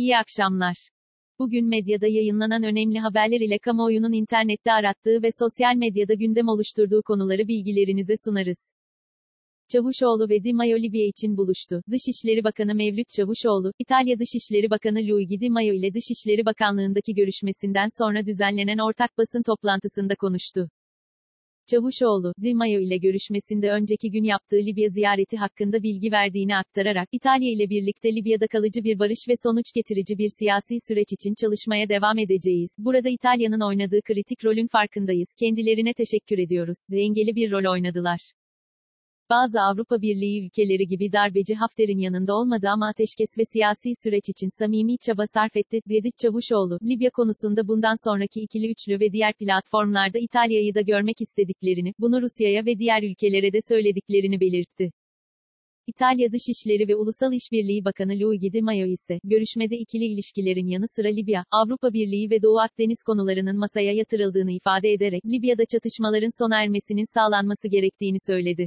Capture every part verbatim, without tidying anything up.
İyi akşamlar. Bugün medyada yayınlanan önemli haberler ile kamuoyunun internette arattığı ve sosyal medyada gündem oluşturduğu konuları bilgilerinize sunarız. Çavuşoğlu ve Di Maio Libya için buluştu. Dışişleri Bakanı Mevlüt Çavuşoğlu, İtalya Dışişleri Bakanı Luigi Di Maio ile Dışişleri Bakanlığındaki görüşmesinden sonra düzenlenen ortak basın toplantısında konuştu. Çavuşoğlu, Di Maio ile görüşmesinde önceki gün yaptığı Libya ziyareti hakkında bilgi verdiğini aktararak, İtalya ile birlikte Libya'da kalıcı bir barış ve sonuç getirici bir siyasi süreç için çalışmaya devam edeceğiz. Burada İtalya'nın oynadığı kritik rolün farkındayız. Kendilerine teşekkür ediyoruz. Dengeli bir rol oynadılar. Bazı Avrupa Birliği ülkeleri gibi darbeci Hafter'in yanında olmadı ama ateşkes ve siyasi süreç için samimi çaba sarf etti, dedi Çavuşoğlu. Libya konusunda bundan sonraki ikili üçlü ve diğer platformlarda İtalya'yı da görmek istediklerini, bunu Rusya'ya ve diğer ülkelere de söylediklerini belirtti. İtalya Dışişleri ve Ulusal İşbirliği Bakanı Luigi Di Maio ise, görüşmede ikili ilişkilerin yanı sıra Libya, Avrupa Birliği ve Doğu Akdeniz konularının masaya yatırıldığını ifade ederek, Libya'da çatışmaların sona ermesinin sağlanması gerektiğini söyledi.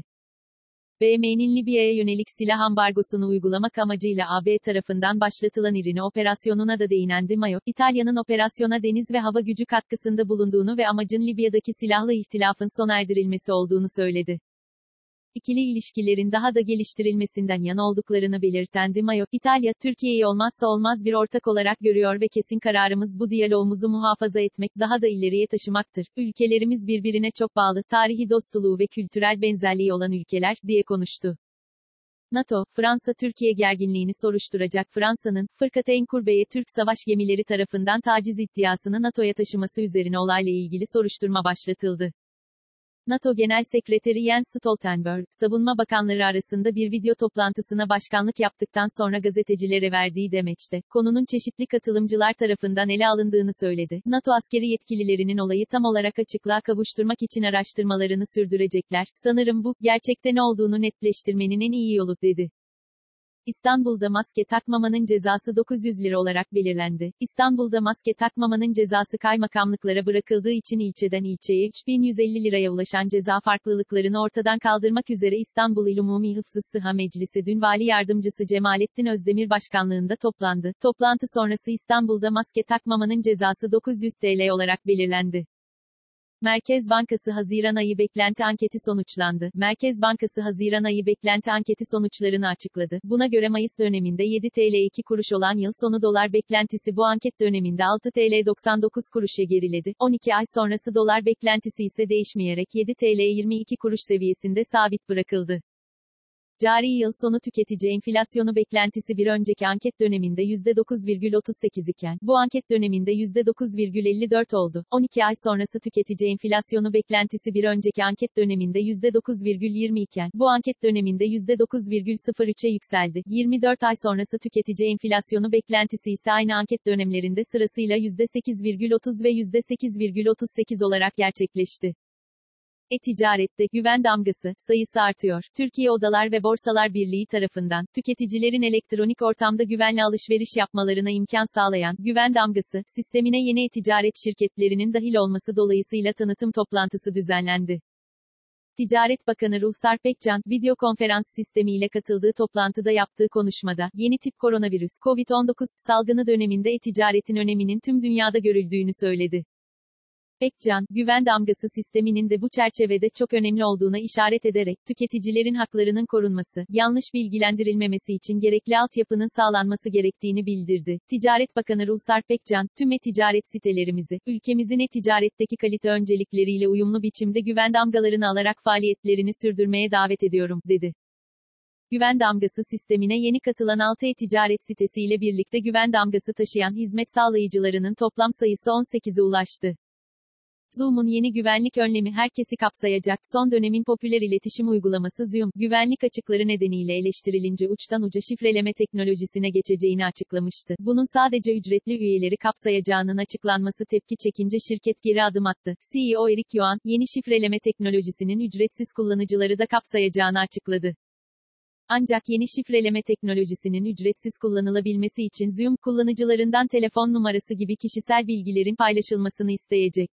B M'nin Libya'ya yönelik silah ambargosunu uygulamak amacıyla A B tarafından başlatılan İRINI operasyonuna da değinen Di Maio, İtalya'nın operasyona deniz ve hava gücü katkısında bulunduğunu ve amacın Libya'daki silahlı ihtilafın sona erdirilmesi olduğunu söyledi. İkili ilişkilerin daha da geliştirilmesinden yana olduklarını belirten Di Maio, İtalya, Türkiye'yi olmazsa olmaz bir ortak olarak görüyor ve kesin kararımız bu diyalogumuzu muhafaza etmek, daha da ileriye taşımaktır. Ülkelerimiz birbirine çok bağlı, tarihi dostluğu ve kültürel benzerliği olan ülkeler, diye konuştu. NATO, Fransa-Türkiye gerginliğini soruşturacak Fransa'nın, Fırkateyn Kurbe'ye Türk savaş gemileri tarafından taciz iddiasını NATO'ya taşıması üzerine olayla ilgili soruşturma başlatıldı. NATO Genel Sekreteri Jens Stoltenberg, savunma bakanları arasında bir video toplantısına başkanlık yaptıktan sonra gazetecilere verdiği demeçte, konunun çeşitli katılımcılar tarafından ele alındığını söyledi. NATO askeri yetkililerinin olayı tam olarak açıklığa kavuşturmak için araştırmalarını sürdürecekler. Sanırım bu, gerçekte ne olduğunu netleştirmenin en iyi yolu, dedi. İstanbul'da maske takmamanın cezası dokuz yüz lira olarak belirlendi. İstanbul'da maske takmamanın cezası kaymakamlıklara bırakıldığı için ilçeden ilçeye üç bin yüz elli liraya ulaşan ceza farklılıklarını ortadan kaldırmak üzere İstanbul İl Umumi Hıfzı Sıha Meclisi dün Vali Yardımcısı Cemalettin Özdemir başkanlığında toplandı. Toplantı sonrası İstanbul'da maske takmamanın cezası dokuz yüz TL olarak belirlendi. Merkez Bankası Haziran ayı beklenti anketi sonuçlandı. Merkez Bankası Haziran ayı beklenti anketi sonuçlarını açıkladı. Buna göre Mayıs döneminde yedi TL iki kuruş olan yıl sonu dolar beklentisi bu anket döneminde altı TL doksan dokuz kuruşa geriledi. on iki ay sonrası dolar beklentisi ise değişmeyerek yedi TL yirmi iki kuruş seviyesinde sabit bırakıldı. Cari yıl sonu tüketici enflasyonu beklentisi bir önceki anket döneminde yüzde dokuz virgül otuz sekiz iken, bu anket döneminde yüzde dokuz virgül elli dört oldu. on iki ay sonrası tüketici enflasyonu beklentisi bir önceki anket döneminde yüzde dokuz virgül yirmi iken, bu anket döneminde yüzde dokuz virgül sıfır üçe yükseldi. yirmi dört ay sonrası tüketici enflasyonu beklentisi ise aynı anket dönemlerinde sırasıyla yüzde sekiz virgül otuz ve yüzde sekiz virgül otuz sekiz olarak gerçekleşti. E-ticarette, güven damgası, sayısı artıyor. Türkiye Odalar ve Borsalar Birliği tarafından, tüketicilerin elektronik ortamda güvenli alışveriş yapmalarına imkan sağlayan, güven damgası, sistemine yeni e-ticaret şirketlerinin dahil olması dolayısıyla tanıtım toplantısı düzenlendi. Ticaret Bakanı Ruhsar Pekcan, video konferans sistemiyle katıldığı toplantıda yaptığı konuşmada, yeni tip koronavirüs, kovid on dokuz, salgını döneminde e-ticaretin öneminin tüm dünyada görüldüğünü söyledi. Pekcan, güven damgası sisteminin de bu çerçevede çok önemli olduğuna işaret ederek, tüketicilerin haklarının korunması, yanlış bilgilendirilmemesi için gerekli altyapının sağlanması gerektiğini bildirdi. Ticaret Bakanı Ruhsar Pekcan, tüm e-ticaret sitelerimizi, ülkemizin e-ticaretteki kalite öncelikleriyle uyumlu biçimde güven damgalarını alarak faaliyetlerini sürdürmeye davet ediyorum, dedi. Güven damgası sistemine yeni katılan altı e-ticaret sitesiyle birlikte güven damgası taşıyan hizmet sağlayıcılarının toplam sayısı on sekize ulaştı. Zoom'un yeni güvenlik önlemi herkesi kapsayacak. Son dönemin popüler iletişim uygulaması Zoom, güvenlik açıkları nedeniyle eleştirilince uçtan uca şifreleme teknolojisine geçeceğini açıklamıştı. Bunun sadece ücretli üyeleri kapsayacağının açıklanması tepki çekince şirket geri adım attı. C E O Eric Yuan, yeni şifreleme teknolojisinin ücretsiz kullanıcıları da kapsayacağını açıkladı. Ancak yeni şifreleme teknolojisinin ücretsiz kullanılabilmesi için Zoom, kullanıcılarından telefon numarası gibi kişisel bilgilerin paylaşılmasını isteyecek.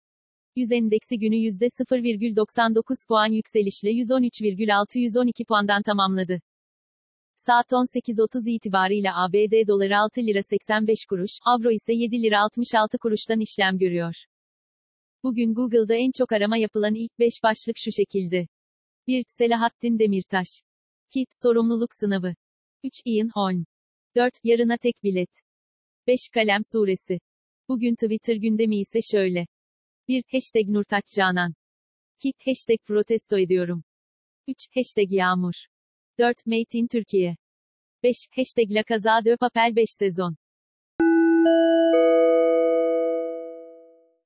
yüz endeksi günü yüzde sıfır virgül doksan dokuz puan yükselişle yüz on üç virgül altı yüz on iki puandan tamamladı. Saat on sekiz otuz itibariyle A B D doları altı lira seksen beş kuruş, avro ise yedi lira altmış altı kuruştan işlem görüyor. Bugün Google'da en çok arama yapılan ilk beş başlık şu şekilde. bir. Selahattin Demirtaş. iki. Sorumluluk sınavı. üç. Ian Holm. dört. Yarına tek bilet. beş. Kalem suresi. Bugün Twitter gündemi ise şöyle. bir. Hashtag Nurtaç Canan. iki. Hashtag protesto ediyorum. üç. Hashtag Yağmur. dört. Made in Türkiye. beş. Hashtag La Casa de Papel beş sezon.